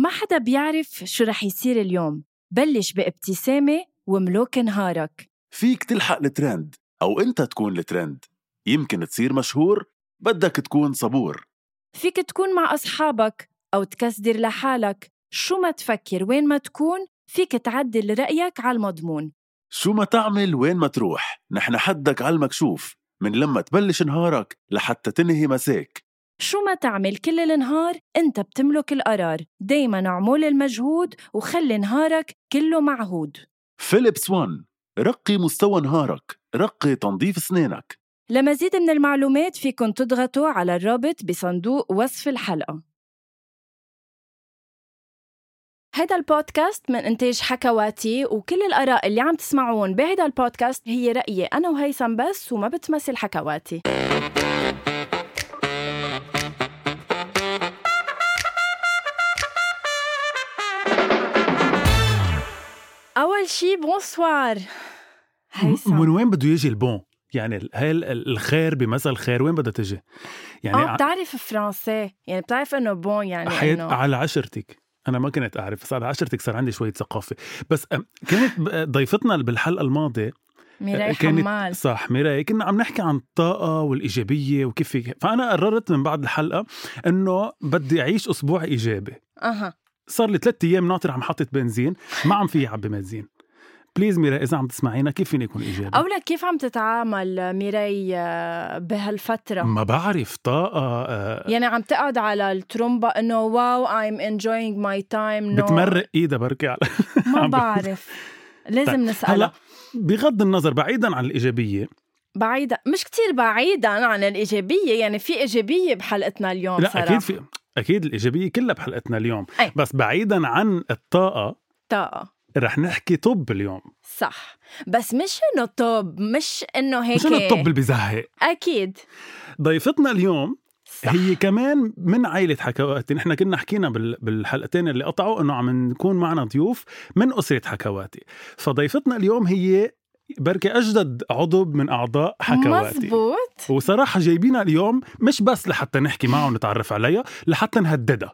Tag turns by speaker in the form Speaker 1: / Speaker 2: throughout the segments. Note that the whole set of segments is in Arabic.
Speaker 1: ما حدا بيعرف شو رح يصير اليوم. بلش بابتسامة وملوك نهارك.
Speaker 2: فيك تلحق الترند أو أنت تكون الترند. يمكن تصير مشهور، بدك تكون صبور.
Speaker 1: فيك تكون مع أصحابك أو تكسدر لحالك. شو ما تفكر وين ما تكون، فيك تعدل رأيك على المضمون.
Speaker 2: شو ما تعمل وين ما تروح، نحن حدك على المكشوف. من لما تبلش نهارك لحتى تنهي مساك.
Speaker 1: شو ما تعمل كل النهار، انت بتملك القرار. دايما اعمل المجهود وخلي نهارك كله معهود.
Speaker 2: فيليبس وان، رقي مستوى نهارك، رقي تنظيف سنينك.
Speaker 1: لمزيد من المعلومات فيكن تضغطوا على الرابط بصندوق وصف الحلقة. هيدا البودكاست من إنتاج حكواتي، وكل الآراء اللي عم تسمعون بهيدا البودكاست هي رأيي أنا وهيثم بس، وما بتمثل حكواتي. أول شي بونسوار هيثم.
Speaker 3: من وين بده يجي البون؟ يعني هاي الخير بمثل خير وين بدها تجي؟ يعني
Speaker 1: بتعرف فرنسي، يعني بتعرف إنه بون يعني إنه
Speaker 3: على عشرتك. أنا ما كنت أعرف، بس على عشرتك صار عندي شوية ثقافة. بس كانت ضيفتنا بالحلقة الماضية
Speaker 1: ميراي حمال.
Speaker 3: صح، ميراي. كنا عم نحكي عن الطاقة والإيجابية وكيف فأنا قررت من بعد الحلقة إنه بدي أعيش أسبوع إيجابي. صار لي 3 أيام ناطر عم حطت بنزين، ما عم فيه عبي بنزين. بليز ميراي إذا عم تسمعينا، كيف فيني يكون إيجابي؟
Speaker 1: أولا كيف عم تتعامل ميراي بهالفترة؟
Speaker 3: ما بعرف. طاقة
Speaker 1: يعني عم تقعد على الترومبا إنه واو I'm enjoying my time.
Speaker 3: بتمرق إيدها بركي على
Speaker 1: ما بعرف. لازم نسألها.
Speaker 3: هلا بغض النظر، بعيدا عن الإيجابية،
Speaker 1: بعيدا مش كتير بعيدا عن الإيجابية، يعني في إيجابية بحلقتنا اليوم.
Speaker 3: لا
Speaker 1: صراحة.
Speaker 3: أكيد الإيجابية كلها بحلقتنا اليوم.
Speaker 1: أي.
Speaker 3: بس بعيدا عن الطاقة رح نحكي طب اليوم.
Speaker 1: صح، بس مش إنه طب، مش إنه هيك،
Speaker 3: مش إنه الطب اللي بيزهق.
Speaker 1: أكيد.
Speaker 3: ضيفتنا اليوم
Speaker 1: صح.
Speaker 3: هي كمان من عائلة حكواتي. نحن كنا حكينا بالحلقتين اللي قطعوا إنه عم نكون معنا ضيوف من أسرة حكواتي. فضيفتنا اليوم هي بركي أجدد عضو من أعضاء حكواتي.
Speaker 1: مزبوط.
Speaker 3: وصراحة جايبينها اليوم مش بس لحتى نحكي معه ونتعرف عليها، لحتى نهددها.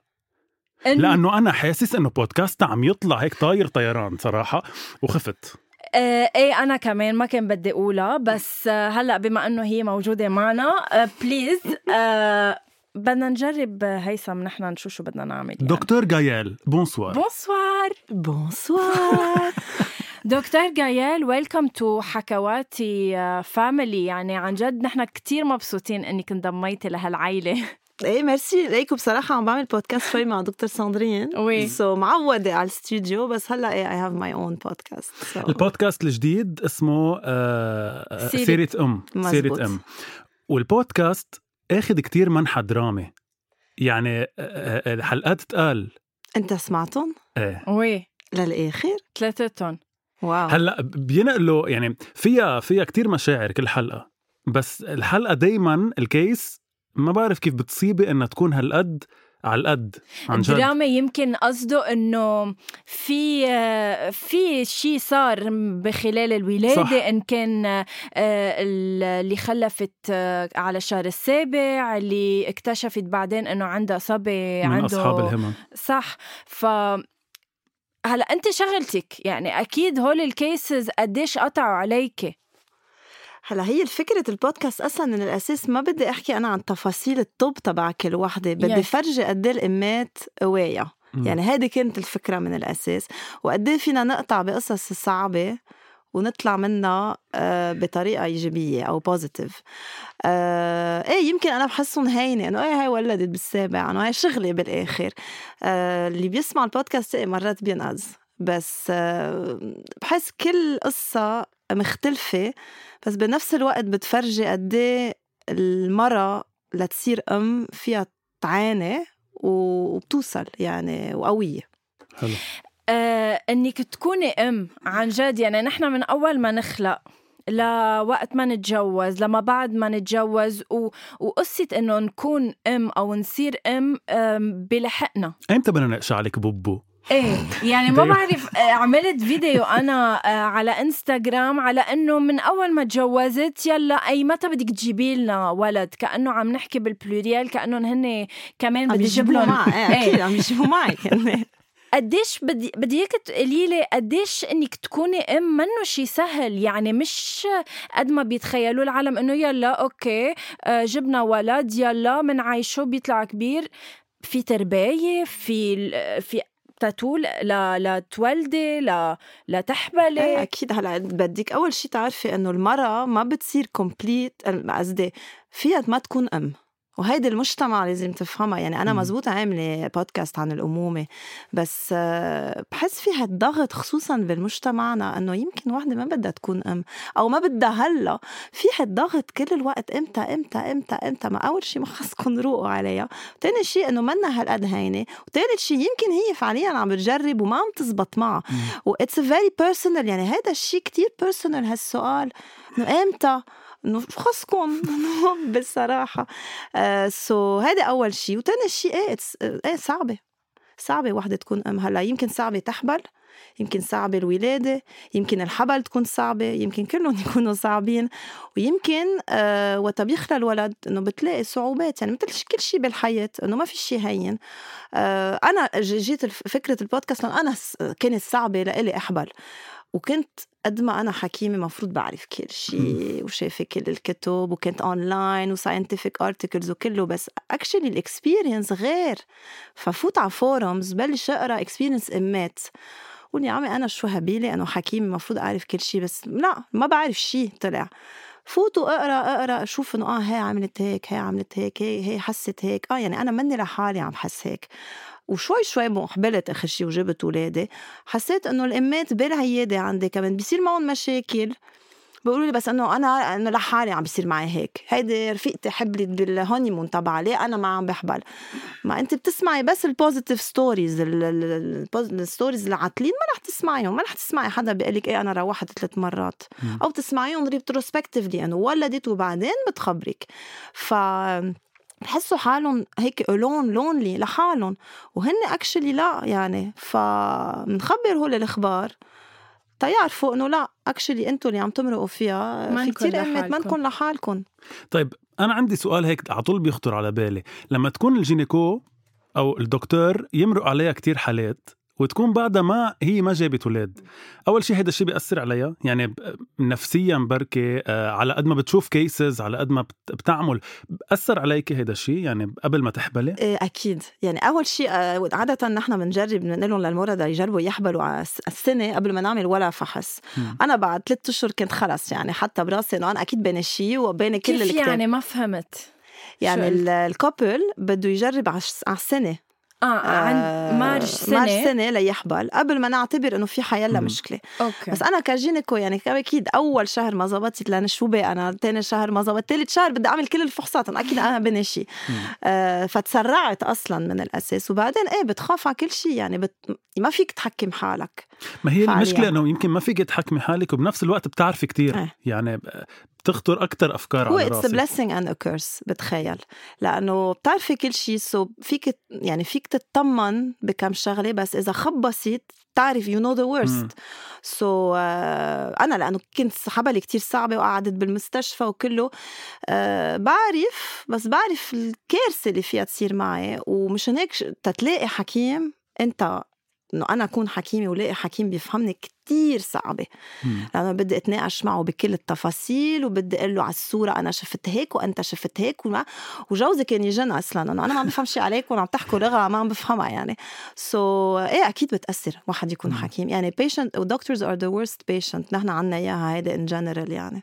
Speaker 3: لأنه أنا حاسس إنه بودكاست عم يطلع هيك طاير طيران صراحة، وخفت.
Speaker 1: ايه أنا كمان ما كان بدي أقولها، بس هلأ بما أنه هي موجودة معنا بليز بدنا نجرب هيثم نحن نشوف شو بدنا نعمل. يعني.
Speaker 3: دكتور غايال، بونسوار.
Speaker 1: بونسوار. بونسوار. دكتور غايال، ويلكم تو حكواتي فاميلي. يعني عن جد نحن كتير مبسوطين انك انضميتي لهالعائلة.
Speaker 4: ايه ميرسي ليكم. بصراحة عم بعمل بودكاست شوي مع دكتور ساندرين. معودة على الاستوديو، بس هلا ايه I have my own podcast.
Speaker 3: البودكاست الجديد اسمه سيرة أم. والبودكاست اخد كتير منحى درامي، يعني الحلقات تقال.
Speaker 4: انت سمعتهم؟
Speaker 3: ايه
Speaker 1: وي
Speaker 4: للآخر
Speaker 1: 3.
Speaker 4: واو.
Speaker 3: هلا بينقلوا، يعني فيها كتير مشاعر كل حلقة، بس الحلقة دايما الكيس ما بعرف كيف بتصيبي انها تكون هالقد على القد عن جد.
Speaker 1: الدراما يمكن قصده انه في شيء صار بخلال الولادة. صح. ان كان اللي خلفت على الشهر السابع، اللي اكتشفت بعدين انه عندها صبي
Speaker 3: من
Speaker 1: عنده
Speaker 3: اصحاب الهمم.
Speaker 1: صح. هلا انت شغلتك، يعني اكيد هول الكيسز قديش قطعوا عليك.
Speaker 4: هلا هي الفكرة البودكاست أصلاً من الأساس ما بدي أحكي أنا عن تفاصيل الطب تبع كل واحدة، بدي فرجي قد ايه الأمات قوايا. يعني هذه كانت الفكرة من الأساس، وقد ايه فينا نقطع بقصص الصعبة ونطلع منها بطريقة إيجابية أو بوزيتيف. إيه يمكن أنا بحسهم هينة إنه إيه هاي ولدت بالسابع، إنه هاي شغلي بالآخر. اللي بيسمع البودكاست مرات بينقذ، بس بحس كل قصة مختلفة، بس بنفس الوقت بتفرجي قد ايه المرأة لتصير أم فيها تعاني وبتوصل يعني وقوية.
Speaker 3: حلو.
Speaker 1: انك تكوني ام عن جد. يعني نحن من اول ما نخلق لوقت ما نتجوز، لما بعد ما نتجوز، وقصة انه نكون ام او نصير ام بلحقنا.
Speaker 3: امتى بدنا نقشع عليك بوبو؟
Speaker 1: ايه يعني ما بعرف. عملت فيديو انا على انستغرام على انه من اول ما تجوزت يلا اي متى بدك تجيبي لنا ولد، كانه عم نحكي بالبلوريال، كانه هن كمان بدي اجيب لهم.
Speaker 4: اكيد عم يجيبوا معك.
Speaker 1: قديش بدي اياك تقولي لي قديش انك تكوني ام منه شي سهل، يعني مش قد ما بيتخيلوا العالم انه يلا اوكي جبنا ولد يلا منعيشه بيطلع كبير. في تربية، في تطول لتولدي لتحبلي.
Speaker 4: اكيد. هلا بدك اول شي تعرفي انه المرأة ما بتصير كومبليت، قصدي فيها ما تكون ام، وهيدا المجتمع لازم تفهمها. يعني أنا مزبوط عاملة بودكاست عن الأمومة، بس بحس فيها الضغط خصوصاً بالمجتمعنا أنه يمكن واحدة ما بدها تكون أم أو ما بدها هلا، فيها الضغط كل الوقت إمتى إمتى إمتى إمتى. ما أول شي ما خصكن روقوا عليها، وتاني شي أنه منا هالقد هينة، وتالت شي يمكن هي فعلياً عم بتجرب وما عم تزبط معها it's a very personal. يعني هذا الشي كتير personal هالسؤال أنه إمتى إنه خصكم بالصراحة. هذا أول شيء. وتاني شيء صعبة واحدة تكون أم. هلا يمكن صعبة تحبل، يمكن صعبة الولادة، يمكن الحبل تكون صعبة، يمكن كلهم يكونوا صعبين، ويمكن وقت بيخلى الولد إنه بتلاقي صعوبات. يعني مثل كل شيء بالحياة إنه ما في شيء هين. أنا جيت فكرة البودكاست لأن أنا كانت صعبة لإلي أحبل، وكنت قد ما أنا حكيمة مفروض بعرف كل شيء وشايفة كل الكتب وكنت أونلاين وساينتيفيك أرتيكلز وكله، بس أكشلي الإكسبيرينس غير. ففوت على فورمز بلش أقرأ إكسبيرينس إمات، قولي يا عمي أنا شو هبيلي أنه حكيمة مفروض أعرف كل شيء، بس لا ما بعرف شيء. طلع فوت وأقرأ أشوف أنه هاي عملت هيك، هاي عملت هيك، هي حست هيك. يعني أنا مني لحالي عم حس هيك. وشوي مقبلت آخر شي وجبت ولادي، حسيت إنه الأمات بالعيادة عندي كمان بيصير معهم مشاكل، بيقولوا لي بس إنه أنا لحالي عم بيصير معي هيك. هيدي رفيقتي حبلت بالهونيمون تبعها، ليه أنا ما عم بحبل؟ ما أنت بتسمعي بس البوزيتيف ستوريز، الستوريز العطلين ما رح تسمعيهم. ما رح تسمعي حدا بيقلك إيه أنا روحت 3 مرات، أو تسمعيهم ريتروسبكتيفلي أنه ولدت وبعدين بتخبرك. بحسوا حالهم هيك لونلي لحالهم، وهن اكشلي لا. يعني فمنخبر هول الاخبار تيعرفوا انه لا اكشلي انتوا اللي عم تمرقوا فيها في كتير امات منكم لحالكم.
Speaker 3: طيب انا عندي سؤال هيك على طول بيخطر على بالي، لما تكون الجينيكو او الدكتور يمرق عليها كتير حالات وتكون بعدها ما جابت ولاد، أول شيء هيدا الشيء بيأثر عليها يعني نفسيا بركة، على قد ما بتشوف كيسز على قد ما بتعمل بأثر عليك هيدا الشيء يعني قبل ما تحبلي؟
Speaker 4: أكيد. يعني أول شيء عادة نحن بنجرب نقولهم للمرضى يجربوا يحبلوا على السنة قبل ما نعمل ولا فحص. أنا بعد 3 أشهر كنت خلص يعني حتى براسي إنه أنا أكيد بين الشيء وبين كل الكتاب.
Speaker 1: يعني ما فهمت.
Speaker 4: يعني الكابل بده يجرب على السنة،
Speaker 1: عن مارج سنة
Speaker 4: ليحبل قبل ما نعتبر إنه في حيلا مشكلة.
Speaker 1: أوكي.
Speaker 4: بس أنا كجينيكو يعني أكيد أول شهر ما زبطت لأن شو بقى أنا، تاني شهر ما زبط، تالت شهر بدي أعمل كل الفحوصات، أكيد أنا بنشي. فتسرعت أصلا من الأساس، وبعدين بتخاف على كل شيء. يعني ما فيك تحكم حالك.
Speaker 3: ما هي المشكلة أنه يمكن ما فيك تحكمي حالك وبنفس الوقت بتعرفي كتير يعني بتخطر أكتر أفكار على راسك.
Speaker 4: it's a blessing and a curse بتخيل، لأنه بتعرفي كل شيء. فيك تطمن بكم شغلة، بس إذا خبصت تعرف you know the worst. أنا لأنه كنت حبلي كتير صعبة وقعدت بالمستشفى وكله، بعرف الكارثة اللي فيها تصير معي. ومشان هيك تتلاقي حكيم أنت إنه أنا أكون حكيمة ولاقي حكيم بيفهمني كتير صعبة، لأنه بدي أتناقش معه بكل التفاصيل وبدي أقول له على الصورة أنا شفت هيك وأنت شفت هيك وجوزي كان يجن أصلاً أنه أنا ما بفهم شي عليك وأنا عم تحكوا لغة ما عم بفهمها. يعني أكيد بتأثر واحد يكون حكيم. يعني patient و doctors are the worst patient نحن عنا إياها هيدا in general. يعني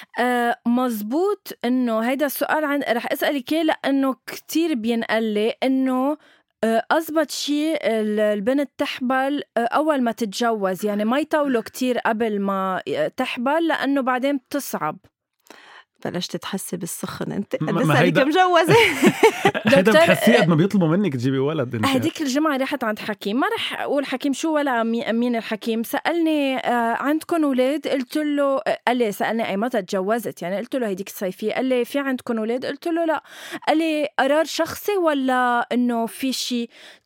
Speaker 1: مزبوط. إنه هيدا السؤال رح أسألك لأنه كتير بينقلي إنه أضبط شيء البنت تحبل أول ما تتجوز، يعني ما يطولوا كتير قبل ما تحبل لأنه بعدين بتصعب.
Speaker 4: بلشت تحسي بالسخن انت لسه مجوزه.
Speaker 3: هيدا بتحسيه قد ما بيطلبوا منك تجيبي ولد.
Speaker 1: هديك الجمعه رحت عند حكيم، ما رح اقول حكيم شو ولا مين الحكيم، سالني عندكم اولاد؟ قلت له قال لي سالني اي متى تجوزت، يعني قلت له هديك الصيفيه. قال لي في عندكم اولاد؟ قلت له لا. قال لي قرار شخصي ولا انه في شيء؟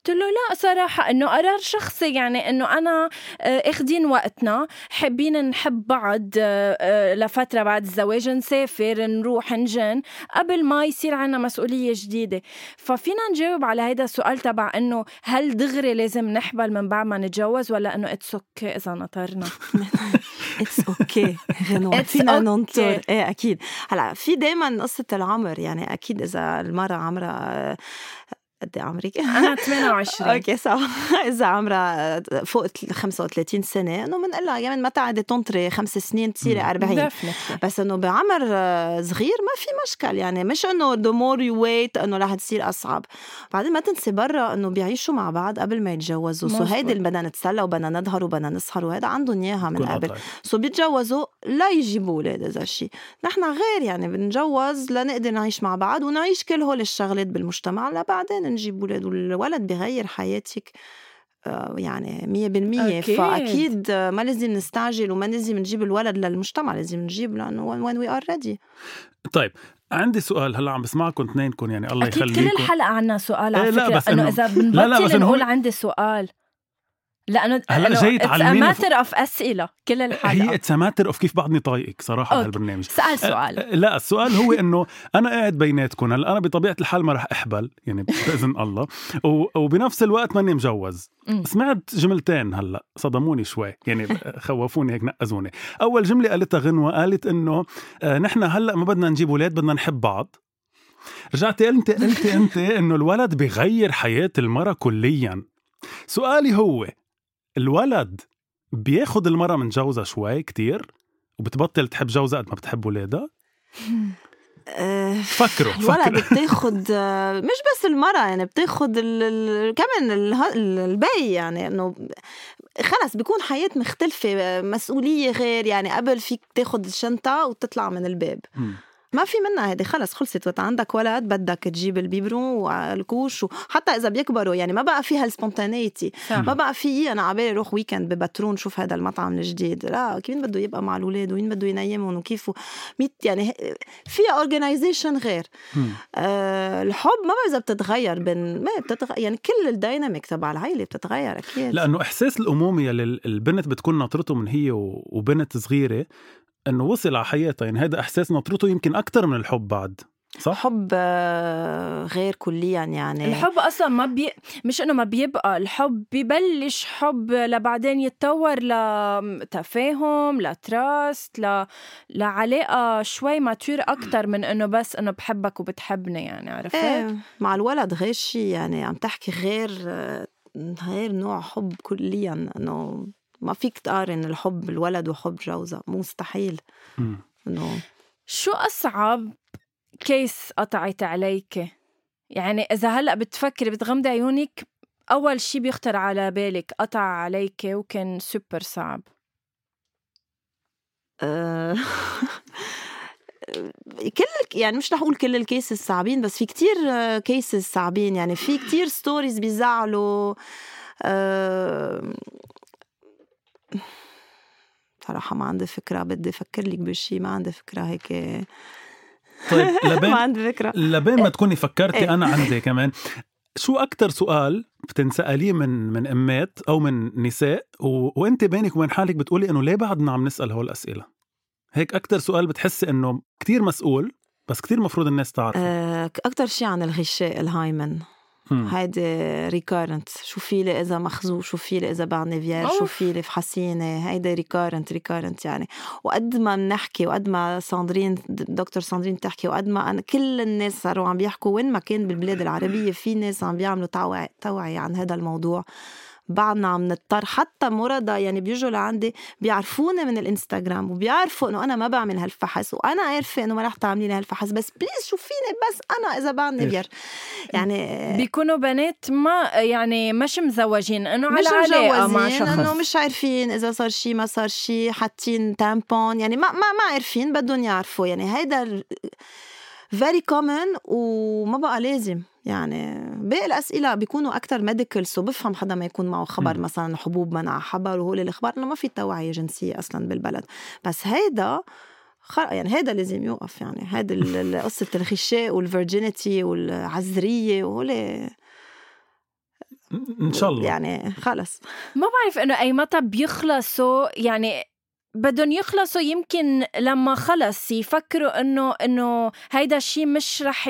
Speaker 1: قلت له لا صراحة إنه قرار شخصي، يعني إنه أنا اخدين وقتنا، حابين نحب بعض لفترة بعد الزواج، نسافر نروح نجن قبل ما يصير عنا مسؤولية جديدة. ففينا نجاوب على هيدا السؤال تبع إنه هل دغري لازم نحبل من بعد ما نتجوز ولا إنه it's okay إذا نطرنا؟
Speaker 4: it's okay غنوة فينا ننطر. إيه أكيد. هلا في دايما قصة العمر، يعني أكيد إذا المرة عمرها قد عمرك؟
Speaker 1: أنا 28.
Speaker 4: أوكي صح. إذا عمرها فوق 35 سنة إنه منقلها يعني متى عادي تنطري 5 سنين تصيري 40. بس إنه بعمر صغير ما في مشكل، يعني مش إنه the more you wait إنه رح تصير أصعب. بعدين ما تنسي برا إنه بيعيشوا مع بعض قبل ما يتجوزوا، سو هيدي اللي بدنا نتسلى وبدنا نظهر وبدنا نسهر وهذا عندهم إياها من قبل. سو بيتجوزوا لا يجيبوا أولاد إذا شيء. نحن غير، يعني بنجوز لنقدر نعيش مع بعض ونعيش كل هول الشغلات بالمجتمع لبعدين نجيب ولاد. والولد بيغير حياتك يعني 100%. فأكيد ما لازم نستعجل وما لازم نجيب الولد للمجتمع، لازم نجيب لأنه when we are ready.
Speaker 3: طيب عندي سؤال هلا عم بسمعكم اثنينكم، يعني الله
Speaker 1: أكيد
Speaker 3: يخليكم.
Speaker 1: كل الحلقة عنا سؤال على فكرة.
Speaker 3: بس
Speaker 1: إنه إذا بنبطل نقول عندي سؤال، لأنه
Speaker 3: جاي تعلميني
Speaker 1: it's a matter of أسئلة كل الحلقة.
Speaker 3: هي it's a matter of كيف بعدني طايقك صراحة بهالبرنامج.
Speaker 1: سؤال
Speaker 3: لا السؤال هو إنه أنا قاعد بيناتكم هلا، أنا بطبيعة الحال ما رح أحبل يعني بإذن الله، وبنفس الوقت ماني مجوز. سمعت جملتين هلا صدموني شوي، يعني خوفوني هيك نقزوني. أول جملة قالتها غنوة، قالت إنه نحن هلا ما بدنا نجيب ولاد، بدنا نحب بعض. رجعتي أنت إنه الولد بيغير حياة المرأة كليا. سؤالي هو الولد بياخد المرأة من جوزها شوي كتير وبتبطل تحب جوزها قد ما بتحب ولادها؟ فكروا
Speaker 4: الولد بتاخد مش بس المرأة، يعني بتاخد كمان الباقي، يعني انه خلص بيكون حياة مختلفة، مسؤولية غير. يعني قبل فيك تاخد الشنطة وتطلع من الباب، ما في منها هيدي، خلص خلصت. وقت عندك ولد بدك تجيب البيبرون والكوش، وحتى إذا بيكبروا يعني ما بقى فيها السبونتانيتي، ما بقى في أنا عبالي روح ويكند ببترون شوف هذا المطعم الجديد. لا، كيف بده يبقى مع الأولاد وين بده ينيمهم وكيف يعني فيها organization غير. الحب ما بقى إذا بتتغير ما بتتغير، يعني كل الديناميك تبع العائلة بتتغير أكيد.
Speaker 3: لأنه إحساس الأمومة البنت بتكون ناطرته من هي وبنت صغيرة انه وصل على حياتها، يعني هذا احساس نطرته يمكن اكثر من الحب بعد. صح؟
Speaker 4: حب غير كليا، يعني
Speaker 1: الحب اصلا مش انه ما بيبقى، الحب بيبلش حب لبعدين يتطور لتفاهم، لتراست، لعلاقه شوي ماتور اكثر من انه بس انه بحبك وبتحبني، يعني عرفت؟
Speaker 4: مع الولد غير شيء، يعني عم تحكي غير نوع حب كليا. انه ما فيك تقارن الحب الولد وحب جوزها، مستحيل. إنه
Speaker 1: شو أصعب كيس قطعت عليك؟ يعني إذا هلأ بتفكري بتغمضي عيونك أول شي بيخطر على بالك قطع عليك وكان سوبر صعب.
Speaker 4: يعني مش رح أقول كل الكيسز صعبين، بس في كتير كيسز صعبين. يعني في كتير ستوريز بيزعلوا. صراحة ما عندي فكرة، بدي أفكر لك بشي، ما عندي فكرة هيك.
Speaker 3: طيب
Speaker 4: ما عندي فكرة.
Speaker 3: لبين ما تكوني فكرتي أنا عندي كمان. شو أكتر سؤال بتنسأليه من أمات أو من نساء وأنت بينك وبين حالك بتقولي إنه ليه بعدنا عم نسأل هول الأسئلة؟ هيك أكتر سؤال بتحسي إنه كتير مسؤول بس كتير مفروض الناس تعرفه.
Speaker 4: أكتر شي عن الغشاء، الهايمن. هيدي ريكارنت. شو في لي إذا مخزو، شو في لي إذا بعدني فيار، شو في لي في حسينة. هيدي ريكارنت يعني. وقد ما بنحكي وقد ما دكتور ساندرين تحكي وقد ما أنا كل الناس صاروا عم بيحكوا، وين ما كان بالبلاد العربية في ناس عم بيعملوا توعية عن هذا الموضوع. بعدنا عم نضطر، حتى مرضى يعني بيجوا لعندي بيعرفوني من الانستغرام وبيعرفوا انه انا ما بعمل هالفحص، وانا عارفه انه ما رح تعملي هالفحص، بس بليز شوفيني بس انا اذا بعدني فير. يعني
Speaker 1: بيكونوا بنات ما يعني مش مزوجين، انه على علاقه مع شخص،
Speaker 4: انه مش عارفين اذا صار شيء ما صار شيء، حاطين تامبون، يعني ما عارفين، بدهم يعرفوا. يعني هيدا very common وما بقى لازم. يعني باقي الأسئلة بيكونوا أكتر ميديكال، وبفهم حدا ما يكون معه خبر مثلا حبوب منع حبل وهول الأخبار إنه ما في توعية جنسية أصلا بالبلد. بس هيدا يعني هيدا لازم يوقف. يعني هيدا قصة الغشاء والفيرجينيتي والعذرية وهول
Speaker 3: ان شاء الله
Speaker 4: يعني خلص
Speaker 1: ما بعرف انه اي متى بيخلصوا، يعني بدهم يخلصوا يمكن لما خلص يفكروا انه هيدا الشيء مش رح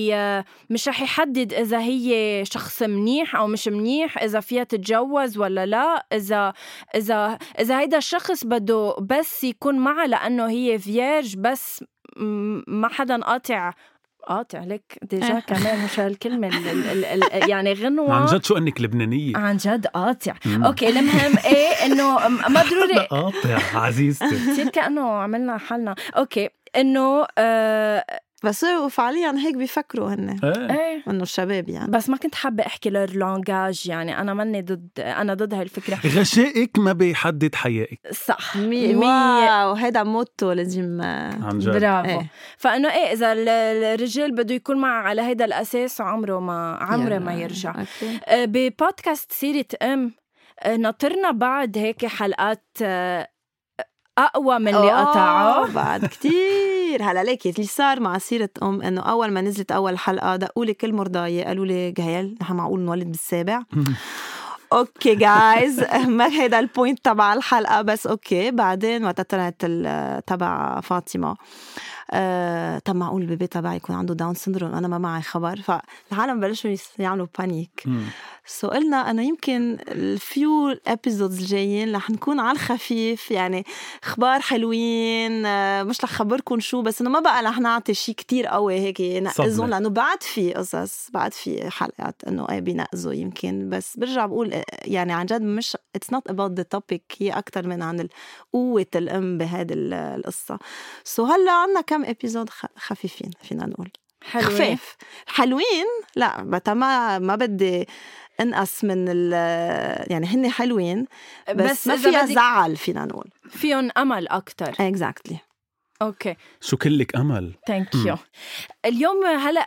Speaker 1: يحدد اذا هي شخص منيح او مش منيح، اذا فيها تتجوز ولا لا، اذا هيدا الشخص بده بس يكون معها لانه هي فيرج بس، ما حدا قاطع لك ديجا كمان مش هالكلمة يعني غنوة
Speaker 3: عن جد شو انك لبنانية
Speaker 1: عن جد قاطع. اوكي المهم ايه انه ما ضروري
Speaker 3: قاطع عزيزتي
Speaker 1: تصير كأنه عملنا حالنا. اوكي انه
Speaker 4: بس فعليا هيك بيفكروا هن
Speaker 1: ايه
Speaker 4: انه الشباب يعني.
Speaker 1: بس ما كنت حابة احكي لور لانجاج، يعني انا ماني ضد هاي الفكرة.
Speaker 3: غشائك ما بيحدد حيائك.
Speaker 1: صح 100%.
Speaker 4: واو هيدا موتو لازم
Speaker 3: عن جد.
Speaker 1: برافو
Speaker 4: إيه.
Speaker 1: فانه ايه اذا الرجال بده يكون معه على هيدا الاساس عمره ما يرجع.
Speaker 4: أوكي.
Speaker 1: ببودكاست سيرة ناطرنا بعد هيك حلقات أقوى من اللي قطعوا
Speaker 4: بعد كتير. هلا ليكي اللي صار مع سيرة إنه أول ما نزلت أول حلقة دقوا لي كل مرضاية قالوا لي جهيل نحن معقول نولد بالسابع. اوكي جايز ما هيدا البوينت تبع الحلقة، بس اوكي بعدين وقت طلعت تبع فاطمة طب معقول البيبي تبعي يكون عنده داون سندروم أنا ما معي خبر، فالعالم بلشوا يعملوا بانيك. قلنا أنا يمكن الفيو ابيزودز الجايين رح نكون على الخفيف، يعني اخبار حلوين مش رح خبركم شو، بس انه ما بقى رح نعطي شيء كتير قوي هيك نقزون، لانه بعد في قصص بعد في حلقات انه ايه بينقزوا يمكن. بس برجع بقول يعني عن جد مش it's not about the topic، هي اكتر من عن قوة الام بهذه القصة. هلا عنا كم ابيزود خفيفين فينا نقول خفيف حلوين. لا ما بدي انقص من يعني هن حلوين بس ما فيها زعل، فينا نقول
Speaker 1: فيهم امل اكتر.
Speaker 4: exactly.
Speaker 1: اوكي
Speaker 3: شو كلك امل.
Speaker 1: ثانك يو. اليوم هلا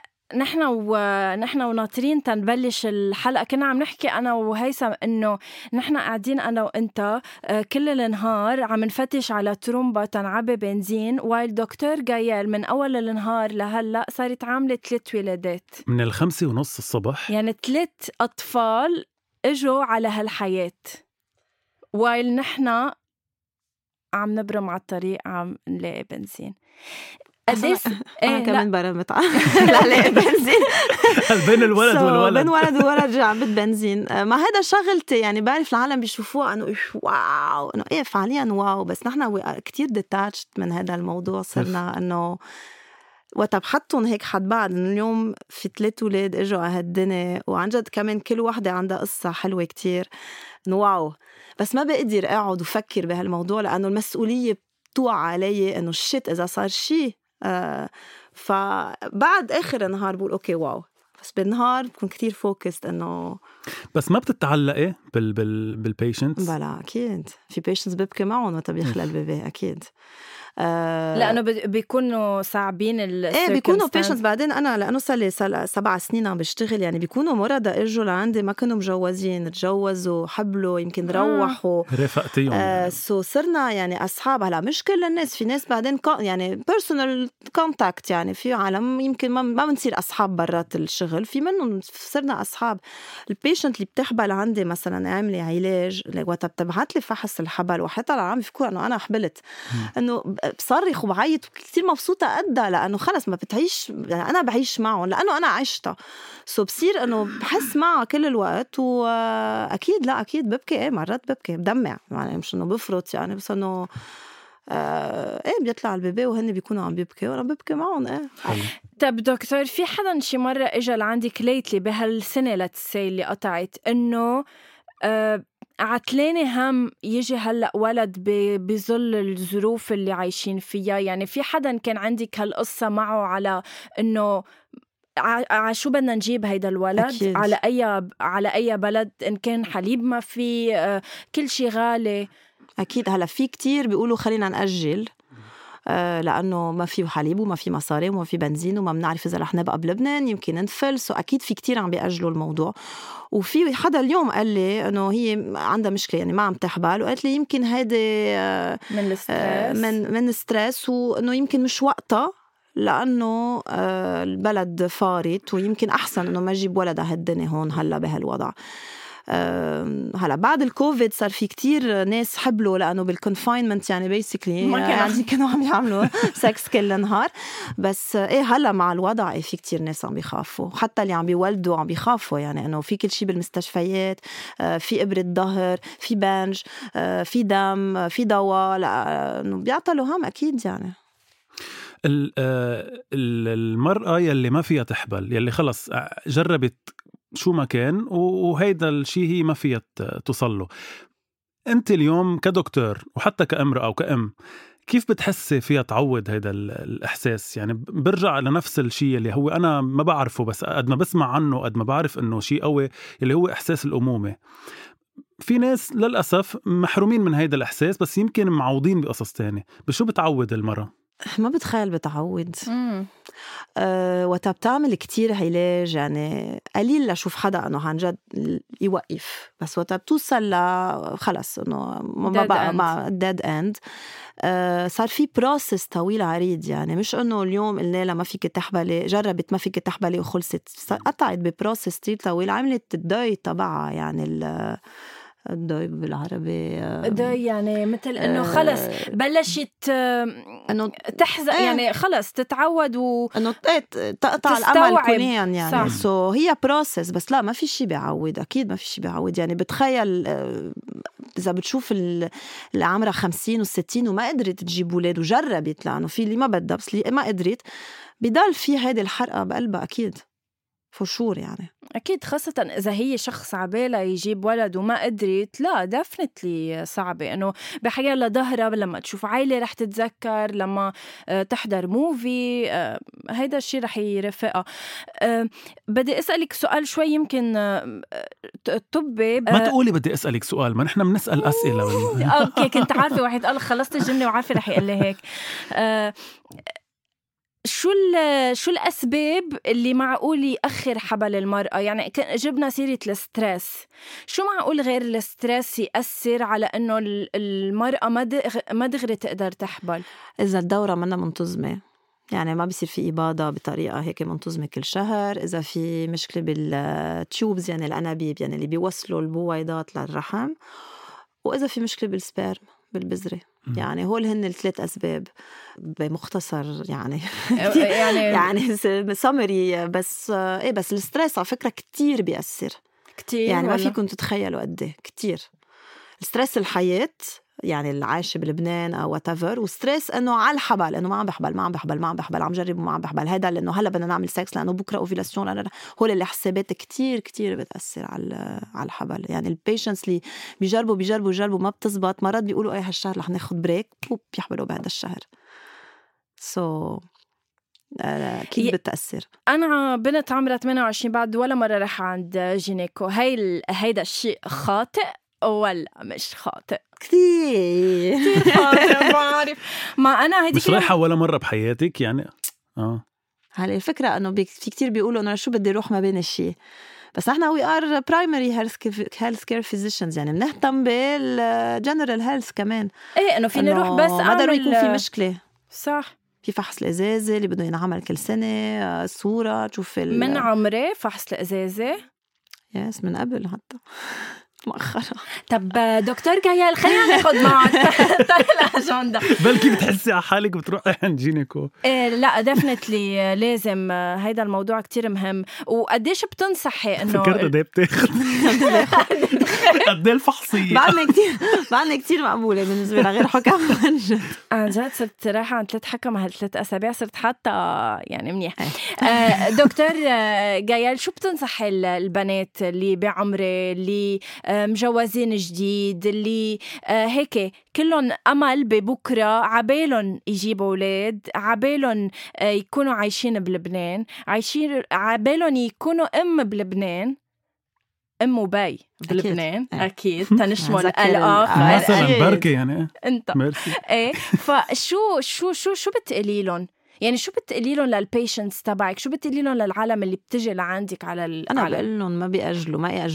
Speaker 1: نحن وناطرين تنبلش الحلقة كنا عم نحكي أنا وهيثم إنه نحن قاعدين أنا وإنت كل النهار عم نفتش على ترومبا تنعبي بنزين، وايل دكتور جايل من أول النهار لهلأ صارت عاملة 3 ولادات من
Speaker 3: 5:30 الصبح،
Speaker 1: يعني 3 أطفال إجوا على هالحياة، وايل نحن عم نبرم على الطريق عم نلاقي بنزين.
Speaker 4: قديس انا كمان برمت لا لا بنزين
Speaker 3: بين الولد والولد
Speaker 4: بين ولد وولد جعبت بنزين. ما هذا شغلتي يعني بعرف العالم بيشوفوها انه واو انه ايه فعليا واو، بس نحن كتير ديتاتشت من هذا الموضوع. صرنا انه وقت بحطهم هيك حد بعض إنه اليوم في 3 أولاد اجوا على هالدنيا، وعن جد كمان كل واحدة عندها قصة حلوة كتير انه واو. بس ما بقدر اقعد وفكر بهالموضوع لانه المسؤولية بتوقع علي انه الشيت اذا صار شيء فبعد آخر النهار بقول أوكي واو، بس بالنهار بكون كتير فوكست إنه.
Speaker 3: بس ما بتتعلقي بالبيشنتس؟
Speaker 4: بلا أكيد في بيشنتس ببكي معهم وقت بيخلق البيبي أكيد.
Speaker 1: لأنه بيكونوا صعبين
Speaker 4: ايه بيكونوا بيشنتس. بعدين أنا لأنه صار لي 7 سنين عم بشتغل، يعني بيكونوا مرضى اجوا لعندي ما كانوا مجوزين، تجوزوا حبلوا يمكن روحوا
Speaker 3: رفقتيهم
Speaker 4: صرنا يعني أصحاب. هلا مش كل الناس، في ناس بعدين يعني personal contact، يعني في عالم يمكن ما بنصير أصحاب برات الشغل، في منهم صرنا أصحاب. البيشنت اللي بتحبل عندي مثلا عاملة علاج وقت بتبعت لي فحص الحبل وحتى العام فيكون أنه أنا حبلت إنه بصرخ وبعيط كتير مبسوطة قدها، لأنه خلص ما بتعيش يعني أنا بعيش معهم لأنه أنا عشتها. بصير أنه بحس معها كل الوقت. وأكيد لا أكيد ببكي، إيه مرات ببكي بدمع، يعني مش أنه بفرط يعني، بس أنه إيه بيطلع البيبي وهن بيكونوا عم بيبكي وأنا ببكي معهم. إيه
Speaker 1: طب دكتور في حدا شي مرة إجا لعندك ليتلي بهالسنة لتسي اللي قطعت إنه عتلاني هم يجي هلأ ولد بظل الظروف اللي عايشين فيها؟ يعني في حدا كان عندك هالقصة معه على إنه شو بدنا نجيب هيدا الولد أكيد. على أي بلد إن كان حليب ما في كل شي غالي
Speaker 4: أكيد. هلا في كتير بيقولوا خلينا نأجل لأنه ما في حليب وما في مصاري وما في بنزين وما بنعرف إذا رح نبقى بلبنان يمكن ننفل. أكيد في كتير عم بيأجلوا الموضوع. وفي حدا اليوم قال لي إنه هي عندها مشكلة يعني ما عم تحبل، وقالت لي يمكن هيدي
Speaker 1: من الستريس
Speaker 4: من الستريس، وإنه يمكن مش وقتها لأنه البلد فارت، ويمكن أحسن إنه ما جيب ولد هالدنيا هون هلا بهالوضع. هلا بعد الكوفيد صار في كتير ناس حبلوا لأنه بالكونفاينمنت يعني بيسكلي يعني كانوا عم يعملوا سكس كل نهار. بس هلا مع الوضع في كتير ناس عم بيخافوا، حتى اللي عم بيولدوا عم بيخافوا، يعني انه في كل شيء بالمستشفيات، في إبرة ظهر، في بنج، في دم، في دواء، انه بيعطلوا هم اكيد. يعني
Speaker 3: المرأة يلي ما فيها تحبل، يلي خلص جربت شو ما كان وهيدا الشيء هي ما فيها توصله، انت اليوم كدكتور وحتى كامرأة او كأم كيف بتحسي فيها تعوض هيدا الإحساس؟ يعني برجع لنفس الشيء اللي هو أنا ما بعرفه، بس قد ما بسمع عنه قد ما بعرف إنه شيء قوي اللي هو إحساس الأمومة. في ناس للأسف محرومين من هيدا الإحساس، بس يمكن معوضين بقصص تاني. بشو بتعوض المرأة؟
Speaker 4: ما بتخيل بتعوض. وقتها بتعمل كتير علاج، يعني قليل لشوف حدا انه عن جد يوقف، بس وقتها بتوصل خلص انه ما بقى مع dead end. صار في بروسس طويل عريض، يعني مش انه اليوم قلنا لها ما فيك تحبلي، جربت ما فيك تحبلي وخلصت، قطعت ببروسس طويل، عملت الداي تبعها. يعني الداي بالعربي
Speaker 1: داي يعني مثل انه خلص بلشت انه تحزق، يعني خلص تتعود
Speaker 4: انه تقطع الامل كليا. يعني هي بروسس، بس لا ما في شيء بيعود، اكيد ما في شيء بيعود. يعني بتخيل اذا بتشوف اللي عمرها 50 و60 وما قدرت تجيب اولاد وجربت، لانه في اللي ما بدها بس اللي ما قدرت بضل في هيدي الحرقه بقلبها اكيد فشور. يعني
Speaker 1: أكيد، خاصة إذا هي شخص عبالة يجيب ولد وما قدرت، لا دفنتلي صعبة. إنه بحاجة لظهرها لما تشوف عائلة رح تتذكر، لما تحضر موفي، هيدا الشيء رح يرفقها. بدي أسألك سؤال شوي يمكن طبي.
Speaker 3: ما تقولي بدي أسألك سؤال، ما نحن بنسأل أسئلة.
Speaker 1: أوكي، كنت عارفة واحد قال خلصت الجملة وعارفة رح يقول لي هيك. شو الأسباب اللي معقول يأخر حبل المرأة؟ يعني جبنا سيرة الستريس، شو معقول غير الستريس يأثر على إنه المرأة ما دغري تقدر تحبل؟
Speaker 4: إذا الدورة منا منتظمة، يعني ما بيصير في إباضة بطريقة هيك منتظمة كل شهر، إذا في مشكلة بالتيوبز يعني الأنابيب يعني اللي بيوصلوا البويضات للرحم، وإذا في مشكلة بالسبيرم بالبذرة. يعني هول هن الثلاث أسباب بمختصر يعني يعني سمري. بس بس الستريس على فكرة كتير بيأثر كتير، يعني ما فيكم تتخيلوا قد كتير الستريس الحياة، يعني العايشة بلبنان أو whatever، وستريس إنه على الحبل، إنه ما عم بحبل، عم جرب وما عم بحبل، هذا لأنه هلا بدنا نعمل سكس لأنه بكرة أوفيلاسيون، هول اللي حسابات كتير بتأثر على الحبل. يعني البيشنس اللي بيجربوا ما بتزبط، مرات بيقولوا هالشهر رح ناخد بريك وبيحبلوا بعد الشهر. أكيد بتأثر.
Speaker 1: أنا بنت عمرها 28 بعد ولا مرة رح عند جينيكو، هيدا الشيء خاطئ ولا مش خاطئ؟
Speaker 4: كتير
Speaker 1: خاطئ. بعرف ما أنا هيدي
Speaker 3: مش رايحة ولا مرة بحياتك يعني.
Speaker 4: هلا الفكرة إنه في كتير بيقولوا إنه شو بدي أروح ما بين الشيء، بس احنا we are primary health care physicians، يعني بنهتم بالجنرال هيلث كمان.
Speaker 1: إنه فيني نروح بس
Speaker 4: ما ضروري يكون في مشكلة.
Speaker 1: صح،
Speaker 4: في فحص الإزازة اللي بده ينعمل كل سنة، صورة تشوف
Speaker 1: من عمري فحص الإزازة
Speaker 4: يس من قبل حتى مؤخرا.
Speaker 1: طب دكتور جايال خلينا ناخد معك الأجندة.
Speaker 3: بلكي بتحسي على حالك بتروحي عند جينيكو؟
Speaker 1: لا دفنتلي لازم، هيدا الموضوع كتير مهم. وقديش بتنصحي إنه
Speaker 3: فكرت قد ايه بتاخد قد ايه الفحصية؟
Speaker 4: بعدنا كتير مقبولة بالنسبة لغير حكم.
Speaker 1: عن جد صرت رايحة عند 3 حكم هال3 أسابيع، صرت حتى يعني منيح. دكتور جايال، شو بتنصحي البنات اللي بعمري اللي مجوزين جديد اللي هيك كلهم أمل ببكرة، عبالهم يجيبوا أولاد، عبالهم يكونوا عايشين بلبنان، عبالهم يكونوا أم بلبنان، أم وبي بلبنان أكيد تنشمل الآخر
Speaker 3: مثلا بركة يعني
Speaker 1: أنت فشو شو شو شو بتقولي لهم؟ يعني شو بتقولي لهم للبيشنتس تبعك؟ شو بتقولي لهم للعالم اللي بتجي لعندك على
Speaker 4: أنا بقول لهم ما يأجلوا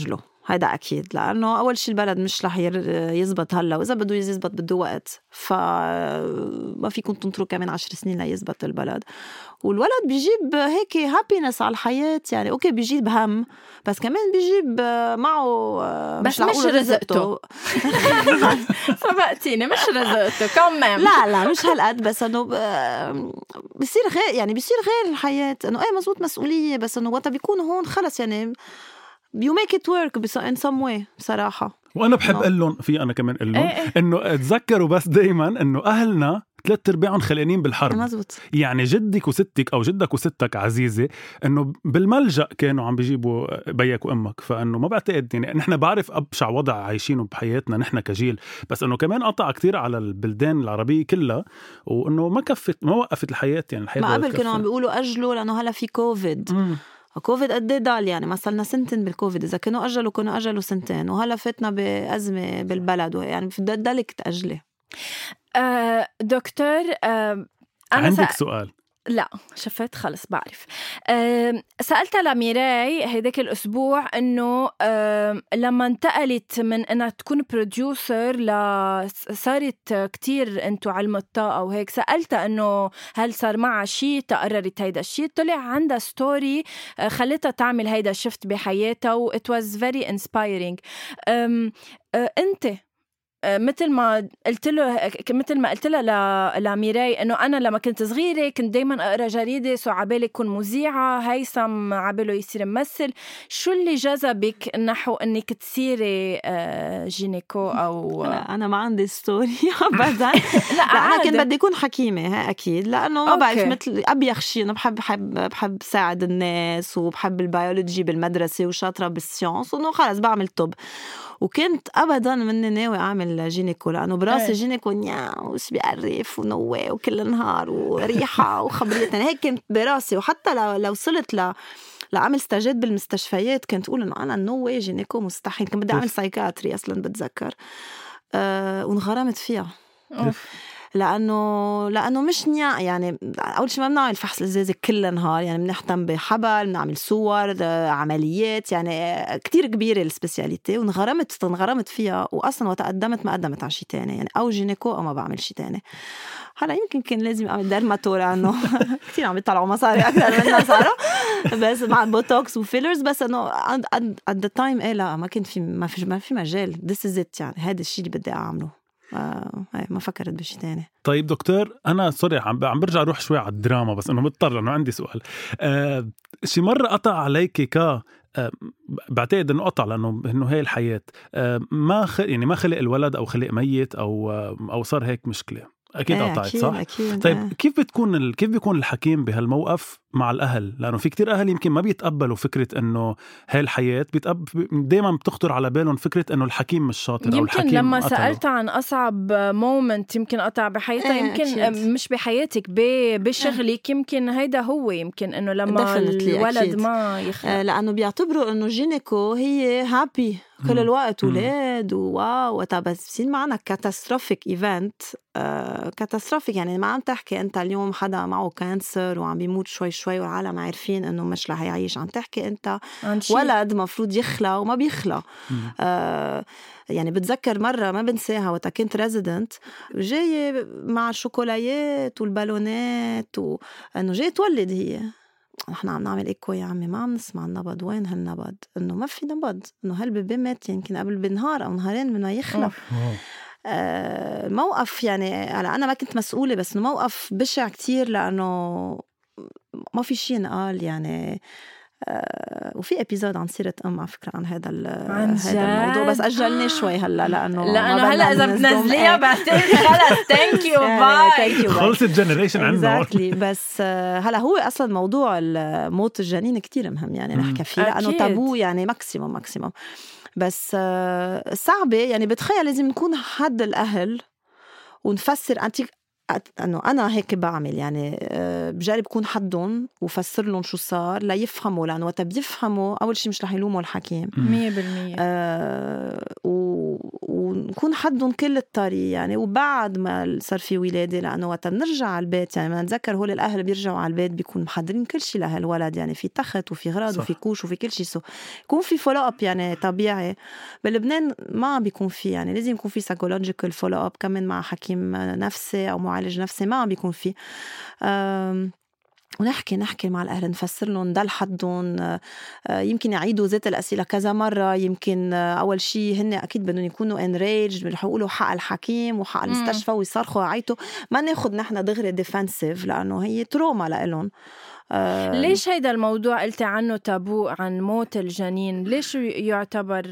Speaker 4: هيدا أكيد، لأنه أول شيء البلد مش رح يزبط هلا، وإذا بده يزبط بده وقت، فما فيكم تنطروا كمان 10 سنين ليزبط البلد. والولد بيجيب هيك هابينس على الحياة، يعني أوكي بيجيب هم، بس كمان بيجيب معه
Speaker 1: بس مش رزقته. سبقتيني، مش رزقته كمان.
Speaker 4: لا مش هالقد، بس إنه بصير غير، يعني بصير غير الحياة، إنه مزبوط مسؤولية، بس إنه وقت بيكونوا هون خلص يعني you make it work in some way بصراحة.
Speaker 3: وأنا بحب أقول لهم أنا كمان أقول لهم إنه تذكروا بس دايما إنه أهلنا 3/4 خلقانين بالحرب.
Speaker 4: مزبوط.
Speaker 3: يعني جدك وستك أو جدك وستك عزيزة إنه بالملجأ كانوا عم بيجيبوا بيك وأمك، فإنه ما بعتقد يعني نحن بعرف أبشع وضع عايشينه بحياتنا نحن كجيل، بس إنه كمان قطع كتير على البلدان العربية كلها، وإنه ما وقفت الحياة، يعني الحياة
Speaker 4: ما قبل كانوا عم بيقولوا أجلوا لأنه هلا في كوفيد. كوفيد قد ايه ضل، يعني ما صلنا سنتين بالكوفيد، اذا كانوا اجلوا سنتين، وهلا فتنا بازمه بالبلد، يعني بدك تاجلي.
Speaker 1: دكتور أنا
Speaker 3: عندك سؤال؟
Speaker 1: لا شفت خلص بعرف. سألتها لميراي هيداك الأسبوع إنه لما انتقلت من إنها تكون بروديوسر صارت كتير أنتو علم الطاقة وهيك، سألتها إنه هل صار معها شيء تقررت هيدا الشيء، طلع عندها ستوري خلتها تعمل هيدا الشفت بحياتها و it was very inspiring. أنت مثل ما قلت لها لميراي انه انا لما كنت صغيره كنت دايما اقرا جريده سو عبالي كون مذيعه، هيثم عباله يصير ممثل، شو اللي جذبك نحو انك تصيري جينيكو؟ او
Speaker 4: انا ما عندي ستوري ابدا. لا انا كنت بدي اكون حكيمه، هي اكيد، لانه ما بعرف مثل ابي شيء، انا بحب ساعد الناس، وبحب البيولوجي بالمدرسه، وشاطره بالسيونس، انه خلص بعمل طب. وكنت ابدا مني ناوي اعمل جينيكو، لانه براسي جينيكو وش بيعرف ونوي وكل النهار وريحه وخبريتنا، هيك كنت براسي. وحتى لو وصلت لعمل استجاد بالمستشفيات كنت اقول انه انا نوي جينيكو مستحيل، كنت بدي اعمل سايكاتري اصلا بتذكر. وانغرمت فيها لأنه مش يعني أول شيء ما بنعمل فحص الإزازة كل نهار، يعني بنهتم بحبل، بنعمل صور، عمليات، يعني كتير كبيرة السبيسياليتي. وانغرمت فيها، وأصلا وتقدمت ما قدمت على شيء تاني، يعني أو جينيكو أو ما بعمل شيء تاني. هلا يمكن كان لازم أعمل ديرماتو لأنه كتير عم بيطلعوا مصاري أكثر منها صاروا، بس مع بوتوكس وفيلرز، بس إنه at the time لا ما كان ما في مجال. this is it، يعني هذا الشيء اللي بدي أعمله. ما فكرت بشي تاني.
Speaker 3: طيب دكتور، أنا سوري عم برجع أروح شوي على الدراما، بس إنه مضطر لأنه عندي سؤال. شي مرة قطع عليك بعتقد إنه قطع لأنه هي الحياة، ما خلق الولد أو خلق ميت أو صار هيك مشكلة، أكيد قطعت صح؟
Speaker 4: أكيد.
Speaker 3: طيب كيف بيكون الحكيم بهالموقف مع الأهل؟ لأنه في كتير أهل يمكن ما بيتقبلوا فكرة إنه هاي الحياة، دايما بتخطر على بالهم فكرة إنه الحكيم مش شاطر أو الحكيم
Speaker 1: يمكن لما
Speaker 3: قتله.
Speaker 1: سألت عن أصعب مومنت يمكن قطع بحياتها، يمكن مش بحياتك بشغلك، يمكن هيدا هو، يمكن إنه لما الولد أكيد. ما يخلق،
Speaker 4: لأنه بيعتبروا إنه جينيكو هي هابي كل الوقت، ولاد وواو، بس بصير معنا كاتاستروفيك إيفنت. كاتاستروفيك يعني ما عم تحكي أنت اليوم حدا معه كانسر وعم بيموت شوي والعالم عارفين إنه مش رح يعيش، عم تحكي أنت ولد مفروض يخلق وما بيخلق. يعني بتذكر مرة ما بنساها وقت كنت ريزيدنت، جاية مع الشوكولايات والبالونات، وإنه جاية تولد هي، نحن عم نعمل إيكو يا عمي، ما عم نسمع النبض، وين هالنبض؟ إنه ما في نبض، إنه هالبيبي مات يمكن قبل بنهار أو نهارين من ما يخلق. موقف يعني أنا ما كنت مسؤولة، بس موقف بشع كتير، لأنه ما في شيء نقال يعني. وفي ابيزود عن سيرة على فكرة عن هذا الموضوع، بس أجلني شوي هلا لأنه
Speaker 1: هلا إذا بتنزليها بعتقد خلص ثانك يو باي
Speaker 3: خلص الجنريشن عندنا.
Speaker 4: بس هلا هو أصلا موضوع موت الجنين كتير مهم يعني نحكي فيه، لأنه تابو يعني ماكسيموم. بس صعبة يعني. بتخيل لازم نكون حد الأهل ونفسر أنه أنا هيك بعمل، يعني بجرب كون حدهم وفسر لهم شو صار ليفهموا، لأنه وقت بيفهموا أول شيء مش رح يلوموا الحكيم
Speaker 1: 100%.
Speaker 4: ونكون حدهم كل الطريق يعني. وبعد ما صار في ولادة، لأنه وقت بنرجع على البيت يعني ما نتذكر هول الأهل بيرجعوا على البيت بيكون محضرين كل شيء لهالولد يعني، في تخت وفي غراض وفي كوش وفي كل شيء. يكون في فولو اب يعني طبيعي. بلبنان ما بيكون في يعني، لازم يكون في سايكولوجيكال فولو اب كمان مع حكيم نفسي أو معالج نفسي، ما بيكون في. ونحكي مع الأهل، نفسر لهم، ندل حدهم. يمكن يعيدوا ذات الأسئلة كذا مرة. يمكن أول شيء هن أكيد بدهم يكونوا enraged، رح يقولوا حق الحكيم وحق المستشفى ويصرخوا ويعيطوا. ما ناخد نحن دغري ديفنسيف لأنه هي تروما لإلهم.
Speaker 1: ليش هيدا الموضوع قلت عنه تابو، عن موت الجنين؟ ليش يعتبر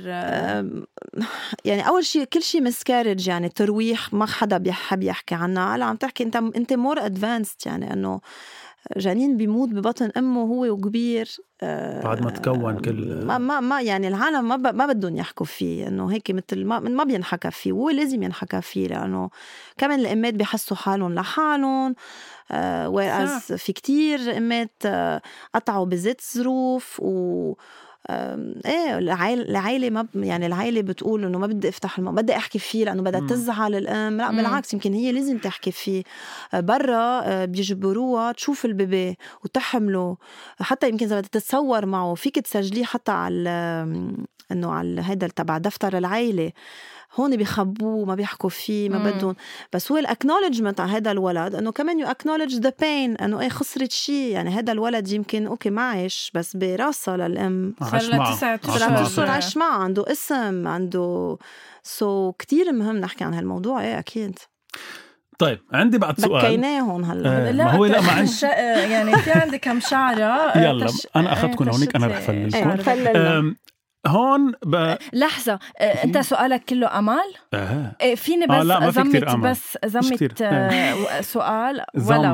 Speaker 4: يعني أول شيء كل شيء مسكارج يعني ترويح، ما حدا بيحب يحكي عنها. هلا عم تحكي انت مور ادفانسد يعني، انه جنين بيموت ببطن امه هو وكبير
Speaker 3: بعد ما تكون كل
Speaker 4: ما يعني العالم ما بدهم يحكوا فيه، انه هيك مثل ما بينحكى فيه، وهو لازم ينحكى فيه لانه كمان الامات بيحسوا حالهم لحالهم. whereas في كتير امات قطعوا بذات ظروف و ايه العائله ما يعني العائله بتقول انه ما بدي افتح بدي احكي فيه لانه بدها تزعل الام. لا بالعكس، يمكن هي لازم تحكي فيه. برا بيجبروها تشوف البيبي وتحمله، حتى يمكن اذا بدها تتصور معه فيك تسجليه حتى على انه على هذا تبع دفتر العائله. هون بيخبوه، ما بيحكوا فيه، ما بدهم. بس هو الاكنولجمنت على هذا الولد انه كمان يو اكنولج ذا بين، انه ايه خسرت شيء يعني. هذا الولد يمكن اوكي معيش بس براسه للام
Speaker 3: عاش معه
Speaker 4: عاش معه، عنده اسم، عنده كتير مهم نحكي عن هالموضوع. ايه اكيد.
Speaker 3: طيب عندي بعد سؤال
Speaker 4: بكيناهم هلا.
Speaker 1: لا
Speaker 3: ما هو لا ما
Speaker 1: يعني في عندي كم شعره.
Speaker 3: يلا انا اخذتكم هونيك، انا رح فللكم هون
Speaker 1: لحظة. أنت سؤالك كله أمال؟ فيني بس زمت سؤال ولو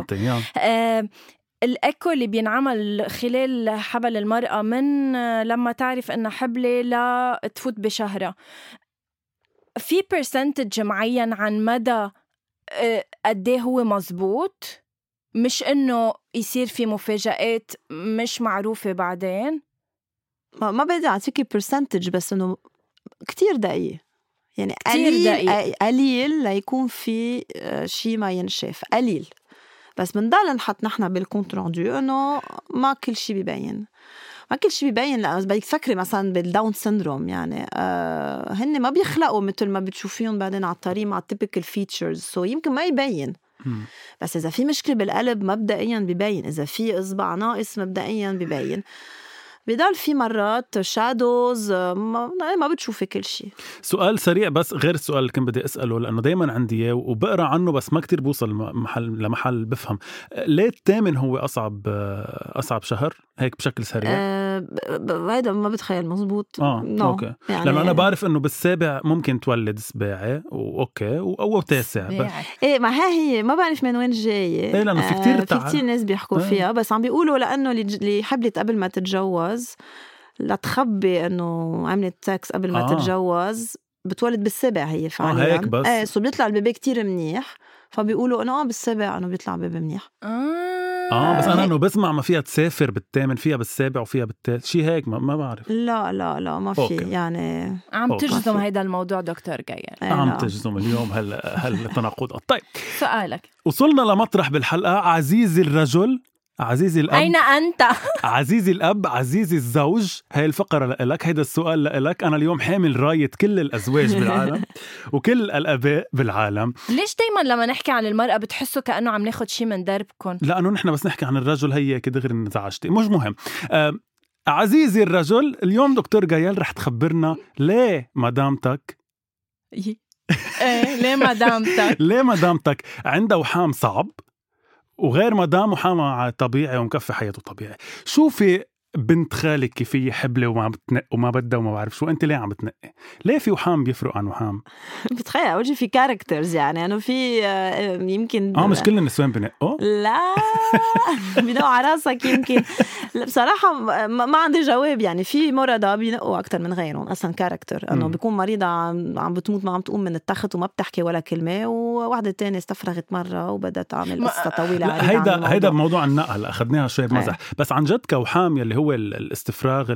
Speaker 1: الإيكو اللي بينعمل خلال حبل المرأة من لما تعرف إنها حبلة لا تفوت بشهرة، في برسنتج معين عن مدى قديه هو مزبوط، مش إنه يصير في مفاجآت مش معروفة بعدين؟
Speaker 4: ما بدي أعطيكي برسنتج، بس إنه كتير دقيق يعني، قليل ليكون في شيء ما ينشاف، قليل. بس بنضل نحط نحن بالكونت راندو إنه ما كل شيء بيبين، ما كل شيء بيبين. لأ بدك تفكري مثلا بالداون سيندروم يعني، هن ما بيخلقوا مثل ما بتشوفيهم بعدين على الطريق مع typical features، يمكن ما يبين. بس إذا في مشكلة بالقلب مبدئيا بيبين، إذا في إصبع ناقص مبدئيا بيبين. بيضل في مرات شادوز ما بتشوفي كل شيء.
Speaker 3: سؤال سريع بس غير السؤال اللي كنت بدي أسأله، لأنه دايما عندي إياه وبقرأ عنه بس ما كتير بوصل لمحل بفهم. ليه الثامن هو أصعب شهر هيك بشكل سريع؟
Speaker 4: هيدا ما بتخيل مزبوط.
Speaker 3: أوكي. يعني لأنه أنا بعرف إنه بالسابع ممكن تولد سباعي وأوكي أو تاسع.
Speaker 4: إيه ما هي ما بعرف من وين جاية.
Speaker 3: إيه لأنه في
Speaker 4: كتير ناس بيحكوا فيها، بس عم بيقولوا لأنه اللي حبلت قبل ما تتجوز لا تخبي انه عملت سكس قبل ما تتجوز بتولد بالسبع هي فعليا.
Speaker 3: هيك بس
Speaker 4: سو بيطلع البيبي كتير منيح، فبيقولوا انه بالسبع انه بيطلع بيبي منيح.
Speaker 3: بس انا انه بسمع ما فيها تسافر بالثامن، فيها بالسابع وفيها بالتاسع، شيء هيك ما بعرف.
Speaker 4: لا ما في يعني.
Speaker 1: عم تجزم هيدا الموضوع دكتور جايل؟
Speaker 3: عم تجزم اليوم هالتناقضات. طيب
Speaker 1: سؤالك.
Speaker 3: وصلنا لمطرح بالحلقة. عزيزي الرجل، عزيزي الأب،
Speaker 1: أين أنت؟
Speaker 3: عزيزي الأب، عزيزي الزوج، هاي الفقرة لك، هيدا السؤال لك. أنا اليوم حامل راية كل الأزواج بالعالم وكل الأباء بالعالم.
Speaker 1: ليش دايما لما نحكي عن المرأة بتحسوا كأنه عم ناخد شي من دربكم؟
Speaker 3: لأنه نحن بس نحكي عن الرجل هي كدغري نزعجتي، مش مهم. عزيزي الرجل، اليوم دكتور جايل رح تخبرنا ليه مدامتك ليه مدامتك عندها وحام صعب وغير مدام وحامة طبيعي ومكفي حياته طبيعي. شوفي بنت خالك كيف هي حبلة وما بتنق وما بدها وما بعرف شو، انت ليه عم بتنقي؟ ليه في وحام بيفرق عن وحام؟
Speaker 4: بتخيل اول شيء في كاركترز يعني انه في يمكن
Speaker 3: مش كل النسوان بنقوا،
Speaker 4: لا بينقوا على راسك يمكن. بصراحة ما عندي جواب يعني. في مرضى بينقوا أكتر من غيرهم أصلا كاركتر، أنه بيكون مريضة عم بتموت ما عم تقوم من التخت وما بتحكي ولا كلمة، وواحدة تانية استفرغت مرة وبدأت تعمل قصة طويلة.
Speaker 3: هيدا بموضوع النقل أخذناها شوي بمزح. بس عن جد كوحام يلي هو هو الاستفراغ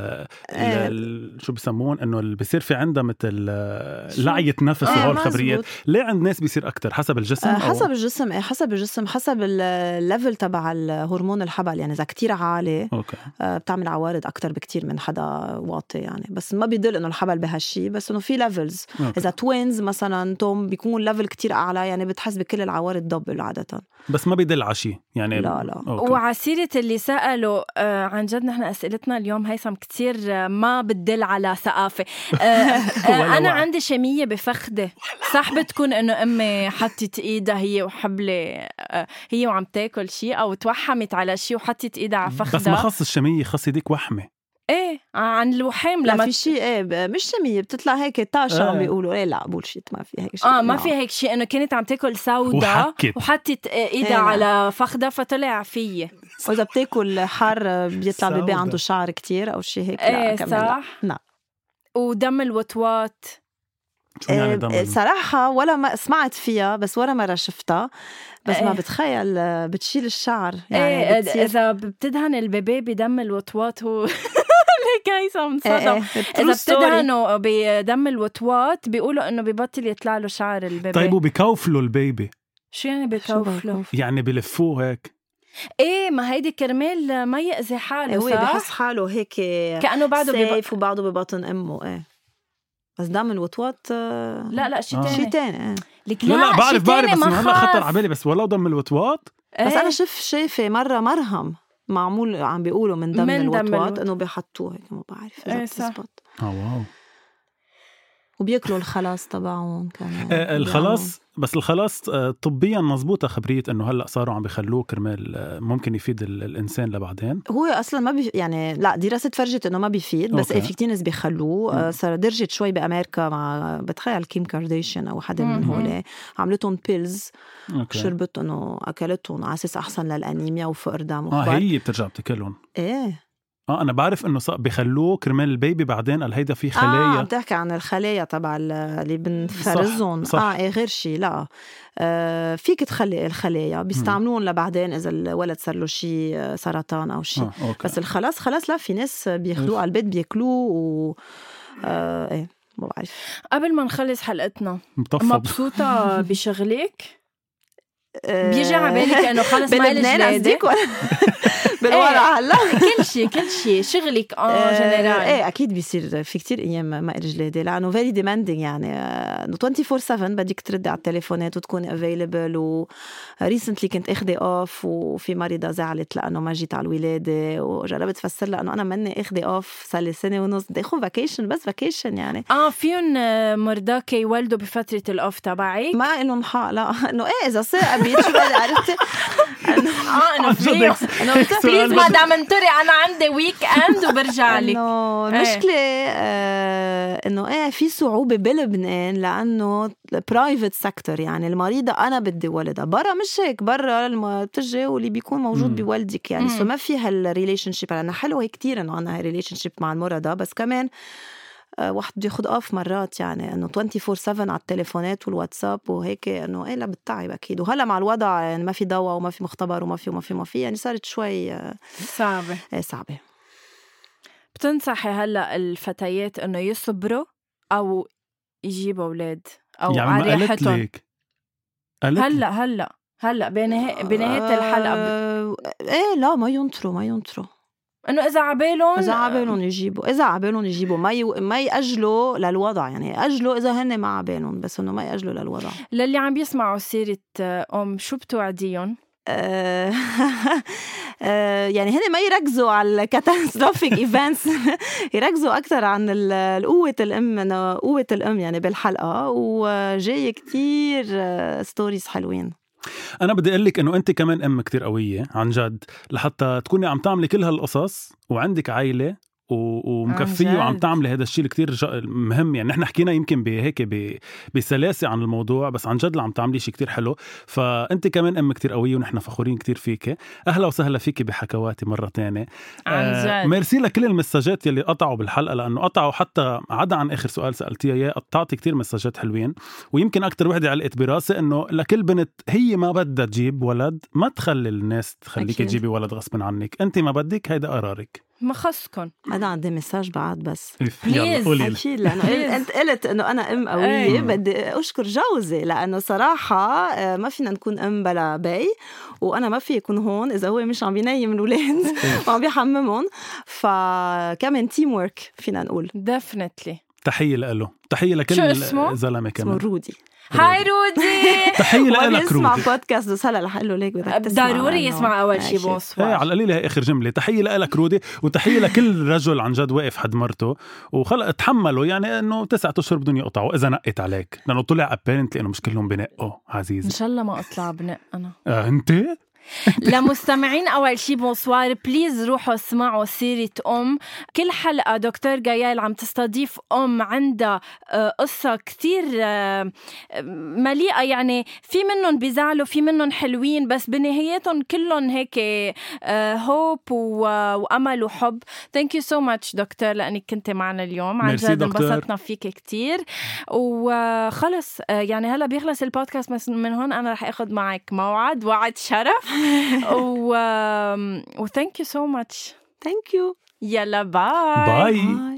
Speaker 3: شو بيسمون انه اللي بيصير في عندها مثل لعية نفس وهول الخبريات. ليه عند ناس بيصير اكتر حسب الجسم؟
Speaker 4: حسب الجسم، حسب الليفل تبع الهرمون الحبل. يعني اذا كتير عالي بتعمل عوارض اكتر بكتير من حدا واطي يعني. بس ما بيدل انه الحبل بهالشي، بس انه في ليفلز. اذا توينز مثلا توم بيكون ليفل كتير اعلى، يعني بتحس بكل العوارض دبل عاده، بس
Speaker 3: ما بيدل على شيء يعني.
Speaker 4: لا.
Speaker 1: وعسيرة اللي سألوا عن جد نحن أسئلتنا اليوم هيثم كتير ما بتدل على ثقافة. أنا عندي شمية بفخدة، صح بتكون إنه أمي حطت إيدها هي وحبلة هي وعم تاكل شيء، أو توحمت على شيء وحطت إيدها على فخدها.
Speaker 3: بس ما خص الشمية، خص يديك وحمة.
Speaker 1: ايه عن الوحام
Speaker 4: لما في شيء مش شمية بتطلع هيك طاشة عم بيقولوا لا بولشيت، ما في هيك شيء.
Speaker 1: ما في هيك شيء. انه كانت عم تاكل سودا وحطت ايدها على فخدها فطلع فيه.
Speaker 4: واذا بتاكل حار بيطلع بيبي عنده شعر كتير او شيء هيك.
Speaker 1: لا كمان صح.
Speaker 4: لا.
Speaker 1: ودم الوطوات
Speaker 3: شو يعني دم؟
Speaker 4: صراحة ولا ما سمعت فيها، بس ولا مرة شفتها. بس ما بتخيل بتشيل الشعر يعني.
Speaker 1: إذا بتدهن البيبي بدم الوطوات هو هيثم صدم. إذا بتدهنوا بدم الوطوات بيقولوا إنه ببطل يطلع له شعر البيبي.
Speaker 3: طيب وبيكوفلوا البيبي؟
Speaker 1: شو يعني بيكوفلوا؟
Speaker 3: يعني بلفوه هيك.
Speaker 1: ما هيدي كرمال ما يأذي حاله.
Speaker 4: هو بحس حاله هيك
Speaker 1: كأنه بعده
Speaker 4: سيف وبعده ببطن أمه. بس دم الوطوات
Speaker 1: لا شيء تاني.
Speaker 3: لا بعرف بس هلا خطر على بالي. بس ولو دم الوطوات
Speaker 4: بس أنا شايفة مرة مرهم معمول عم بيقولوا من دم الوطوات إنه بيحطوه هيك. ما بعرف إذا بتزبط.
Speaker 3: واو.
Speaker 4: وبياكلوا الخلاص تبعهم كمان.
Speaker 3: الخلاص. بس الخلاص طبيا مزبوطة خبرية إنه هلأ صاروا عم بيخلوه كرمال ممكن يفيد الإنسان لبعدين.
Speaker 4: هو أصلا ما يعني لا دراسة فرجت إنه ما بيفيد. بس في كتير ناس بيخلوه. صار درجت شوي بأمريكا مع بتخيل كيم كارديشيان أو حدا من هؤلاء عملتهم بيلز. شربت إنه أكلتهم على أساس أحسن للأنيميا وفقر دم.
Speaker 3: هي بترجع بتاكلهم. أنا بعرف إنه بيخلوه كرمال البيبي بعدين قال هيدا في خلايا.
Speaker 4: بتحكي عن الخلايا تبع اللي بنفرزهم. غير شيء. لا فيك تخلي الخلايا بيستعملون لبعدين إذا الولد صار له شيء سرطان أو شيء. بس خلاص لا في ناس بياخدوه على البيت بياكلوه ما بعرف.
Speaker 1: قبل ما نخلص حلقتنا مبسوطة بشغلك؟ بيجي على بالك انه خلص ما لجلادك
Speaker 4: بالورع هلا
Speaker 1: كل شيء شغلك جنرال.
Speaker 4: اكيد بيصير في كتير ايام ما لجلادي لانه فيري ديماندينج. يعني 24/7 بدك تردي على التليفونات وتكوني افيلبل. وريسنتلي كنت اخذي اوف وفي مريضه زعلت لانه ما جيت على الولاده، وجربت افسر لها انه انا مني اخذي اوف صار لي سنه ونص بدي اخذ فاكيشن. بس فاكيشن يعني
Speaker 1: فيهم مرضاك يولدوا بفتره الاوف تبعك
Speaker 4: ما لهم حق. لا انه اذا صار شو بدي عرفتي
Speaker 1: انه بليز مدام انطري انا عندي ويك اند وبرجع لك.
Speaker 4: المشكله انه في صعوبه بلبنان لانه برايفت سيكتور. يعني المريضه انا بدي ولدها برا، مش هيك برا بتجي واللي بيكون موجود بولدك. يعني سو ما في هالريليشن شيب. انا حلو هيك كتير انه انا هالريليشن شيب مع المرضى، بس كمان واحد بده ياخد اوف مرات. يعني انه 24/7 على التليفونات والواتساب وهيك انه لا بتتعب اكيد. وهلا مع الوضع يعني ما في دواء وما في مختبر وما في يعني صارت شوي صعبه.
Speaker 1: بتنصحي هلا الفتيات انه يصبروا او يجيبوا اولاد او
Speaker 3: يعني
Speaker 1: على ريحتهم؟ هلا بنهايه الحلقه
Speaker 4: لا ما ينطروا
Speaker 1: انه اذا عبالهم يجيبوا ما يأجلوا للوضع. يعني أجلوا اذا هن ما عبالهم، بس انه ما يأجلوا للوضع. للي عم بيسمعوا سيرة شو بتوعديهم؟
Speaker 4: يعني هن ما يركزوا على الكاتاستروفيك ايفنتس، يركزوا اكثر عن قوة الام يعني بالحلقة. وجاي كتير ستوريز حلوين.
Speaker 3: أنا بدي أقول لك إنه أنت كمان أم كتير قوية عن جد، لحتى تكوني عم تعملي كل هالقصص وعندك عائلة ومكفية وعم تعملي هذا الشيء كتير مهم. يعني نحن حكينا يمكن بهيك بسلاسة عن الموضوع، بس عن جد اللي عم تعملي شيء كتير حلو. فأنت كمان أم كتير قوية ونحن فخورين كتير فيك. أهلا وسهلا فيك بحكواتي مرة تانية. ميرسي لكل المساجات يلي قطعوا بالحلقة، لأنه قطعوا حتى عدا عن آخر سؤال سألتيها إياه، قطعتي كتير مساجات حلوين. ويمكن أكتر وحدة علقت براسي إنه لكل بنت هي ما بدها تجيب ولد ما تخلي الناس تخليك تجيبي ولد غصب عنك. أنت ما بدك، هيدا قرارك.
Speaker 1: ما خصكن.
Speaker 4: أنا عندي مساج بعد بس
Speaker 3: يلا قولي.
Speaker 4: أكيد لأنه أنت قلت إنه أنا أم قوية. بدي أشكر جوزي لأنه صراحة ما فينا نكون أم بلا بي، وأنا ما في يكون هون إذا هو مش عم بينيم الولاد وعم بيحممهم. فكمان تيم ورك فينا نقول.
Speaker 1: definitely.
Speaker 3: تحية له، تحية لكل زلمة كمان.
Speaker 4: اسمه رودي.
Speaker 1: هاي رودي.
Speaker 3: تحية لك
Speaker 4: بيسمع
Speaker 3: رودي.
Speaker 4: بودكاست بس هلا رح اقول له ليك بدك تسمع.
Speaker 1: ضروري يسمع اول شيء بونسوار.
Speaker 3: على القليل هي اخر جمله. تحيه لك رودي، وتحيه لكل رجل عن جد واقف حد مرته وخلق تحملوا، يعني انه 9 أشهر بدهم يقطعوا اذا نقت عليك، لانه طلع ابيرنتلي انه مش كلهم بنقوا. عزيزي
Speaker 1: ان شاء الله ما اطلع بنق انا.
Speaker 3: انت
Speaker 1: لمستمعين أول شي بونسوار، بليز روحوا اسمعوا سيرة أم. كل حلقة دكتور جايال عم تستضيف أم عندها قصة كتير مليئة، يعني في منهم بيزعلوا في منهم حلوين، بس بنهايتهم كلهم هيك هوب وأمل وحب. Thank you so much دكتور لأنك كنت معنا اليوم، عن جد انبسطنا فيك كتير. وخلص يعني هلا بيخلص البودكاست، بس من هون أنا رح أخذ معك موعد، وعد شرف. thank you so much.
Speaker 4: Thank you.
Speaker 1: يلا باي.